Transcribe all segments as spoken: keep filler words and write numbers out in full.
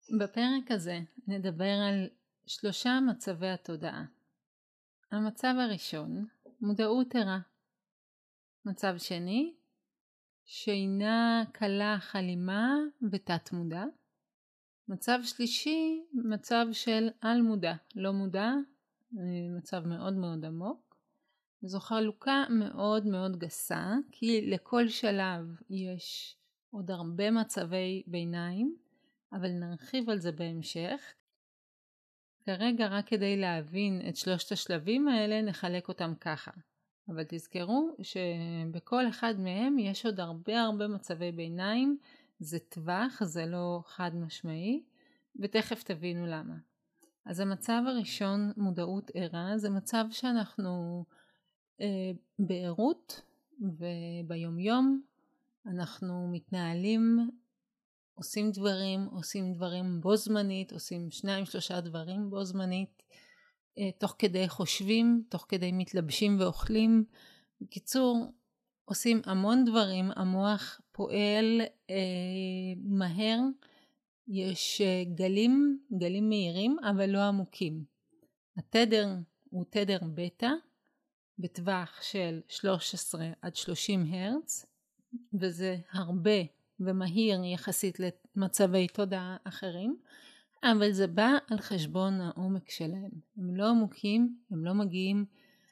בפרק הזה נדבר על שלושה מצבי התודעה. המצב הראשון, מודעות ערה. מצב שני, שינה קלה חלימה ותת מודע. מצב שלישי, מצב של על מודע, לא מודע, מצב מאוד מאוד עמוק. זו חלוקה מאוד מאוד גסה, כי לכל שלב יש עוד הרבה מצבי ביניים, אבל נרחיב על זה בהמשך. כרגע רק כדי להבין את שלושת השלבים האלה נחלק אותם ככה. אבל תזכרו שבכל אחד מהם יש עוד הרבה הרבה מצבי ביניים, זה טווח, זה לא חד משמעי, ותכף תבינו למה. אז המצב הראשון, מודעות ערה, זה מצב שאנחנו אה, בעירות וביום יום אנחנו מתנהלים, עושים דברים, עושים דברים בו זמנית, עושים שניים שלושה דברים בו זמנית, אה, תוך כדי חושבים, תוך כדי מתלבשים ואוכלים. בקיצור, עושים המון דברים, המוח פועל אה, מהר, יש אה, גלים, גלים מהירים אבל לא עמוקים. התדר הוא תדר בטא, בטווח של שלוש עשרה עד שלושים הרץ, וזה הרבה ומהיר יחסית למצבי תודעה אחרים, אבל זה בא על חשבון העומק שלהם. הם לא עמוקים, הם לא מגיעים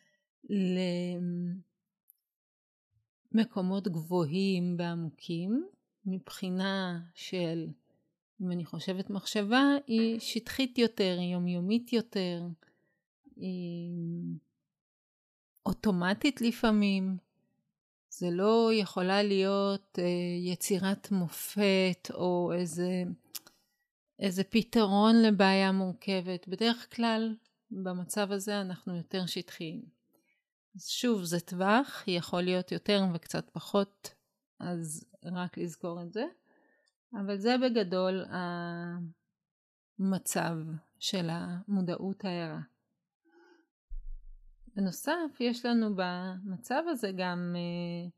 למקומות גבוהים ועמוקים, מבחינה של, אם אני חושבת מחשבה, היא שטחית יותר, היא יומיומית יותר, היא אוטומטית לפעמים. זה לא יכולה להיות אה, יצירת מופת או איזה, איזה פתרון לבעיה מורכבת. בדרך כלל במצב הזה אנחנו יותר שטחיים. אז שוב, זה טווח, יכול להיות יותר וקצת פחות, אז רק לזכור את זה. אבל זה בגדול המצב של המודעות הערה. בנוסף, יש לנו במצב הזה גם אה,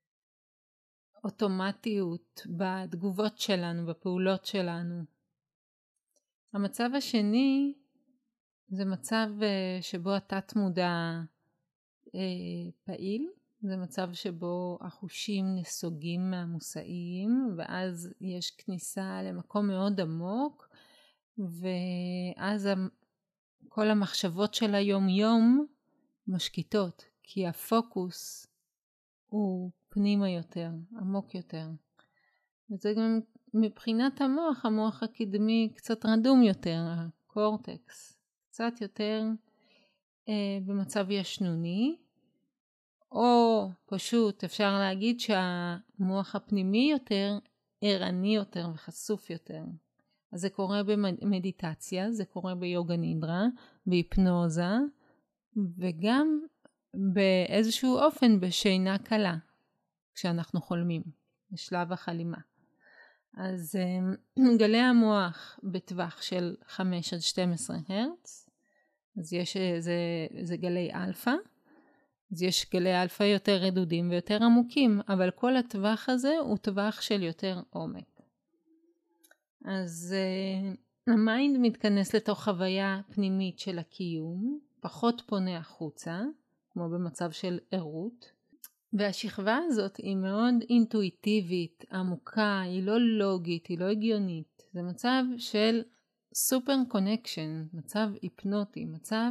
אוטומטיות בתגובות שלנו, בפעולות שלנו. המצב השני זה מצב אה, שבו התת מודע אה, פעיל. זה מצב שבו החושים נסוגים מהמושאים, ואז יש כניסה למקום מאוד עמוק, ואז כל המחשבות של היום יום משקיטות, כי הפוקוס הוא פנימה יותר, עמוק יותר. וזה גם מבחינת המוח, המוח הקדמי קצת רדום יותר, הקורטקס, קצת יותר אה, במצב ישנוני, או פשוט אפשר להגיד שהמוח הפנימי יותר ערני יותר וחשוף יותר. אז זה קורה במדיטציה, זה קורה ביוגה נידרה, בהיפנוזה, וגם באיזשהו אופן בשינה קלה, כשאנחנו חולמים, בשלב החלימה. אז גלי המוח בטווח של חמש עד שתים עשרה הרץ, אז יש, זה, זה גלי אלפא, אז יש גלי אלפא יותר רדודים ויותר עמוקים, אבל כל הטווח הזה הוא טווח של יותר עומק. אז המיינד מתכנס לתוך חוויה פנימית של הקיום, פחות פונה החוצה, כמו במצב של ערות, והשכבה הזאת היא מאוד אינטואיטיבית, עמוקה, היא לא לוגית, היא לא הגיונית. זה מצב של סופר קונקשן, מצב היפנוטי, מצב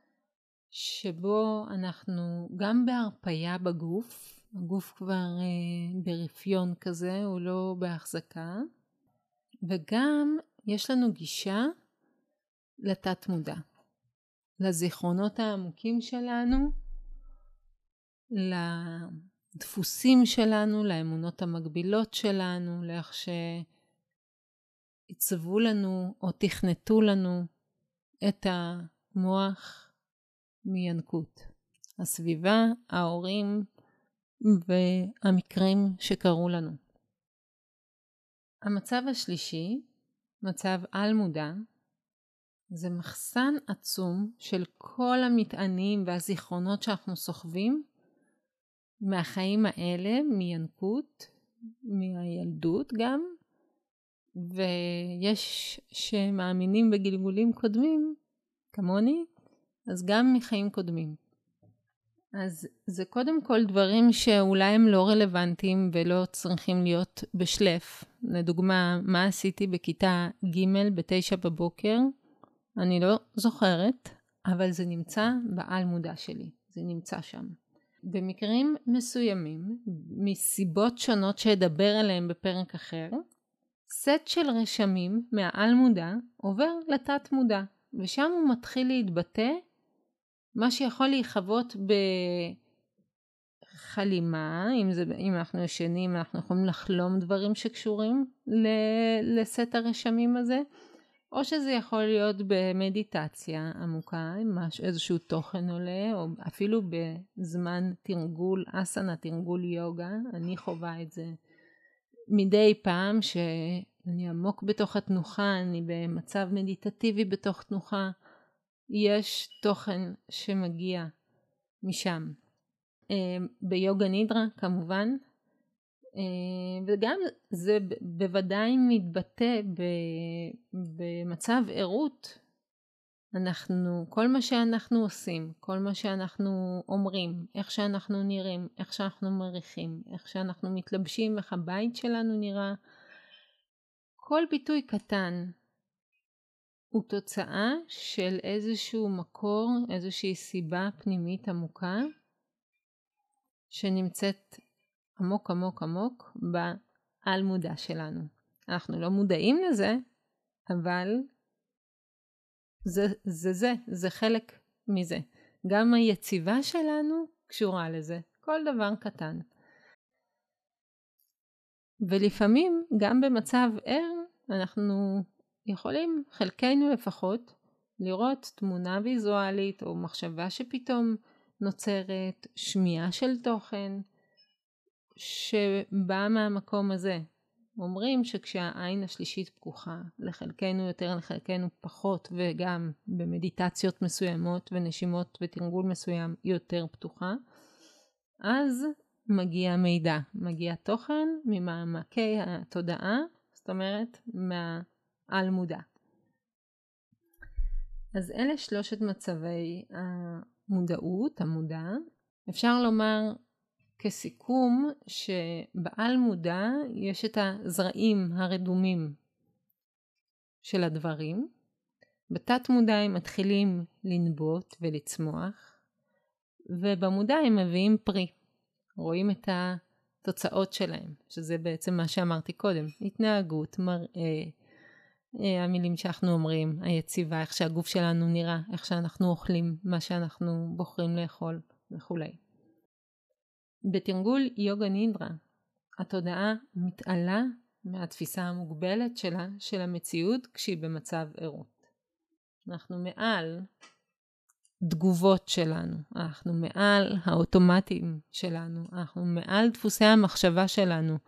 שבו אנחנו גם בהרפיה בגוף, הגוף כבר אה, ברפיון כזה, הוא לא בהחזקה, וגם יש לנו גישה לתת מודע, לזיכרונות העמוקים שלנו, לדפוסים שלנו, לאמונות המקבילות שלנו, לאיך שעיצבו לנו או תכנתו לנו את המוח מינקות. הסביבה, ההורים והמקרים שקרו לנו. המצב השלישי, מצב על מודע, זה מחסן עצום של כל המטענים והזיכרונות שאנחנו סוחבים מהחיים האלה, מינקות, מהילדות גם, ויש שמאמינים בגלגולים קודמים, כמוני, אז גם מחיים קודמים. אז זה קודם כל דברים שאולי הם לא רלוונטיים ולא צריכים להיות בשלף. לדוגמה, מה עשיתי בכיתה ג' בתשע בבוקר? אני לא זוכרת, אבל זה נמצא בעל מודע שלי. זה נמצא שם. במקרים מסוימים, מסיבות שונות שאדבר עליהם בפרק אחר, סט של רשמים מהעל מודע עובר לתת מודע, ושם הוא מתחיל להתבטא מה שיכול להיחוות בחלימה, אם, זה, אם אנחנו ישנים, אנחנו יכולים לחלום דברים שקשורים לסט הרשמים הזה, או שזה יכול להיות במדיטציה עמוקה, עם איזשהו תוכן עולה, או אפילו בזמן תרגול, אסנה, תרגול יוגה, אני חווה את זה מדי פעם שאני עמוק בתוך התנוחה, אני במצב מדיטטיבי בתוך תנוחה, יש תוכן שמגיע משם. ביוגה נידרה כמובן, וגם זה בוודאי מתבטא במצב ערות. אנחנו, כל מה שאנחנו עושים, כל מה שאנחנו אומרים, איך שאנחנו נראים, איך שאנחנו מריחים, איך שאנחנו מתלבשים, איך הבית שלנו נראה, כל ביטוי קטן הוא תוצאה של איזשהו מקור, איזושהי סיבה פנימית עמוקה, שנמצאת עמוק עמוק עמוק בעל מודע שלנו. אנחנו לא מודעים לזה, אבל זה זה, זה, זה חלק מזה. גם היציבה שלנו קשורה לזה, כל דבר קטן. ולפעמים, גם במצב ער, אנחנו יכולים, חלקנו לפחות, לראות תמונה ויזואלית או מחשבה שפתאום נוצרת, שמיעה של תוכן שבאה מהמקום הזה. אומרים שכשהעין השלישית פקוחה, לחלקנו יותר, לחלקנו פחות, וגם במדיטציות מסוימות ונשימות ותרגול מסוים יותר פתוחה, אז מגיע מידע, מגיע תוכן ממעמקי התודעה, זאת אומרת מהעל מודע. אז אלה שלושת מצבי המודעות, המודע. אפשר לומר כסיכום שבעל מודע יש את הזרעים הרדומים של הדברים. בתת מודע הם מתחילים לנבוט ולצמוח, ובמודע הם מביאים פרי. רואים את התוצאות שלהם, שזה בעצם מה שאמרתי קודם. התנהגות, מראה, המילים שאנחנו אומרים, היציבה, איך שהגוף שלנו נראה, איך שאנחנו אוכלים, מה שאנחנו בוחרים לאכול וכו'. בתרגול יוגה נידרה, התודעה מתעלה מהתפיסה המוגבלת שלה, של המציאות, כשהיא במצב ערות. אנחנו מעל תגובות שלנו, אנחנו מעל האוטומטים שלנו, אנחנו מעל דפוסי המחשבה שלנו,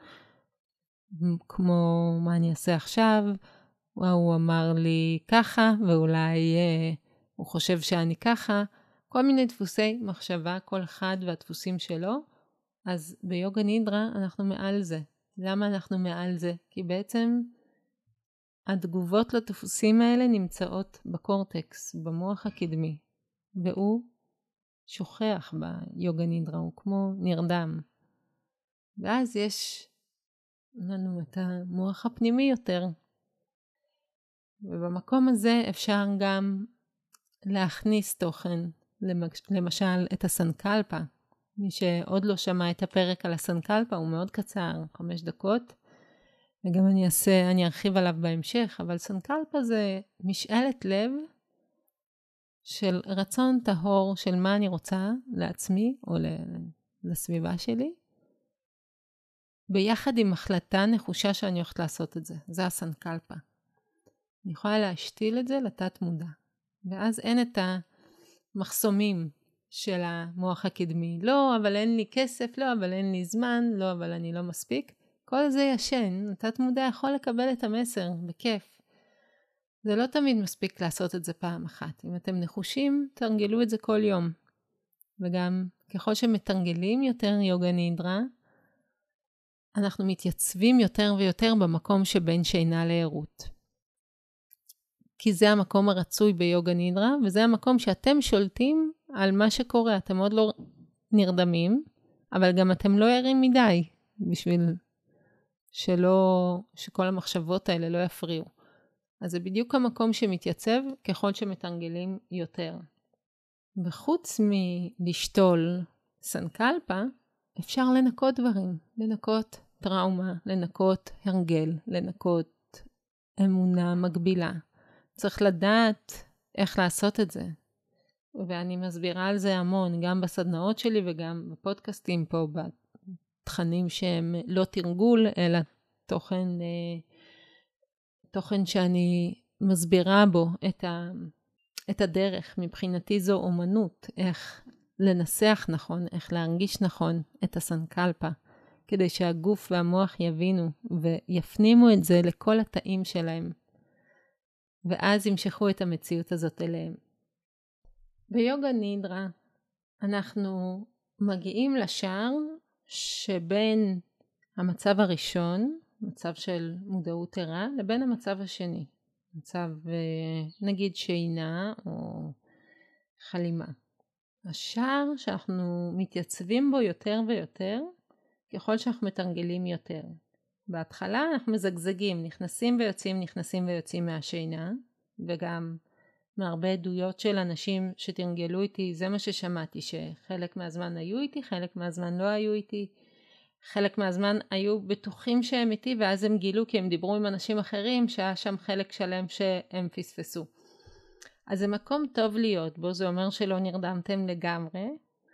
כמו מה אני אעשה עכשיו, הוא אמר לי ככה, ואולי אה, הוא חושב שאני ככה, כל מיני דפוסי מחשבה, כל אחד והדפוסים שלו. אז ביוגה נידרה אנחנו מעל זה. למה אנחנו מעל זה? כי בעצם התגובות לדפוסים האלה נמצאות בקורטקס, במוח הקדמי, והוא שוכח ביוגה נידרה, הוא כמו נרדם. ואז יש לנו את המוח הפנימי יותר. ובמקום הזה אפשר גם להכניס תוכן, למשל את הסנקלפה. מי שעוד לא שמע את הפרק על הסנקלפה, הוא מאוד קצר, חמש דקות, וגם אני אעשה, אני ארחיב עליו בהמשך, אבל סנקלפה זה משאלת לב של רצון טהור של מה אני רוצה לעצמי או לסביבה שלי, ביחד עם החלטה נחושה שאני הולכת לעשות את זה. זה הסנקלפה. אני יכולה להשתיל את זה לתת מודע. ואז אין את המחסומים של המוח הקדמי. לא, אבל אין לי כסף, לא, אבל אין לי זמן, לא, אבל אני לא מספיק. כל זה ישן. התת מודע יכול לקבל את המסר בכיף. זה לא תמיד מספיק לעשות את זה פעם אחת. אם אתם נחושים, תרגלו את זה כל יום. וגם ככל שמתרגלים יותר יוגה נידרה, אנחנו מתייצבים יותר ויותר במקום שבין שינה לערות. כי זה המקום הרצוי ביוגה נידרה, וזה המקום שאתם שולטים על מה שקורה. אתם עוד לא נרדמים, אבל גם אתם לא ערים מדי, בשביל שלא, שכל המחשבות האלה לא יפריעו. אז זה בדיוק המקום שמתייצב ככל שמתרגלים יותר. וחוץ מלשתול סנקלפה, אפשר לנקות דברים, לנקות טראומה, לנקות הרגל, לנקות אמונה מגבילה. צריך לדעת איך לעשות את זה. ואני מסבירה על זה המון, גם בסדנאות שלי וגם בפודקאסטים פה, בתכנים שהם לא תרגול, אלא תוכן, תוכן שאני מסבירה בו את, ה, את הדרך. מבחינתי זו אומנות, איך לנסח נכון, איך להרגיש נכון את הסנקלפה, כדי שהגוף והמוח יבינו ויפנימו את זה לכל התאים שלהם. ואז ימשכו את המציאות הזאת אליהם. ביוגה נידרה אנחנו מגיעים לשער שבין המצב הראשון, מצב של מודעות ערה, לבין המצב השני. מצב נגיד שינה או חלימה. השער שאנחנו מתייצבים בו יותר ויותר, ככל שאנחנו מתרגלים יותר. בהתחלה אנחנו מזגזגים, נכנסים ויוצאים, נכנסים ויוצאים מהשינה, וגם מהרבה עדויות של אנשים שתרגלו איתי, זה מה ששמעתי, שחלק מהזמן היו איתי, חלק מהזמן לא היו איתי, חלק מהזמן היו בטוחים שהם איתי, ואז הם גילו כי הם דיברו עם אנשים אחרים, שהיה שם חלק שלם שהם פספסו. אז זה מקום טוב להיות בו, זה אומר שלא נרדמתם לגמרי,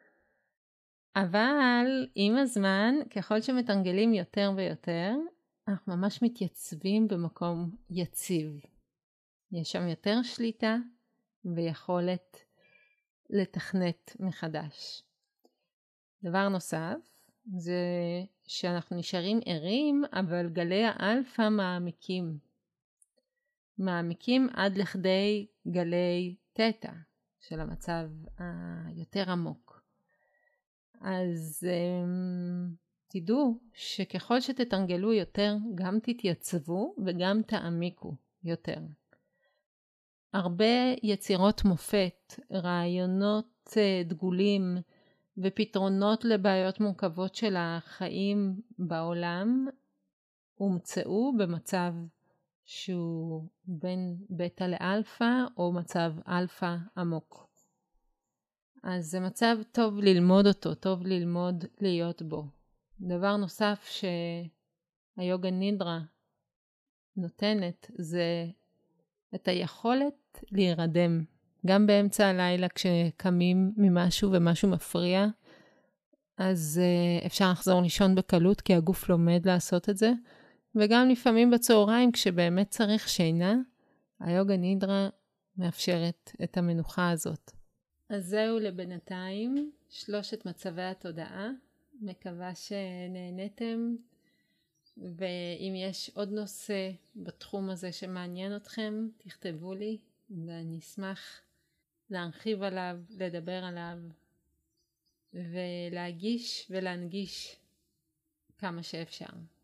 אבל עם הזמן, ככל שמתרגלים יותר ויותר, אנחנו ממש מתייצבים במקום יציב. יש שם יותר שליטה ויכולת לתכנת מחדש. דבר נוסף, זה שאנחנו נשארים ערים, אבל גלי האלפא מעמיקים. מעמיקים עד לכדי גלי תטא של המצב היותר עמוק. אז תדעו שככל שתתרגלו יותר, גם תתייצבו וגם תעמיקו יותר. הרבה יצירות מופת, רעיונות דגולים ופתרונות לבעיות מורכבות של החיים בעולם, הומצאו במצב שהוא בין בטא לאלפא או מצב אלפא עמוק. אז זה מצב טוב ללמוד אותו, טוב ללמוד להיות בו. דבר נוסף שהיוגה נידרה נותנת זה את היכולת להירדם. גם באמצע הלילה כשקמים ממשהו ומשהו מפריע, אז אפשר לחזור לישון בקלות כי הגוף לומד לעשות את זה. וגם לפעמים בצהריים כשבאמת צריך שינה, היוגה נידרה מאפשרת את המנוחה הזאת. אז זהו לבינתיים, שלושת מצבי התודעה. מקווה שנהנתם, ואם יש עוד נושא בתחום הזה שמעניין אתכם, תכתבו לי, ואני אשמח להרחיב עליו, לדבר עליו, ולהגיש ולהנגיש כמה שאפשר.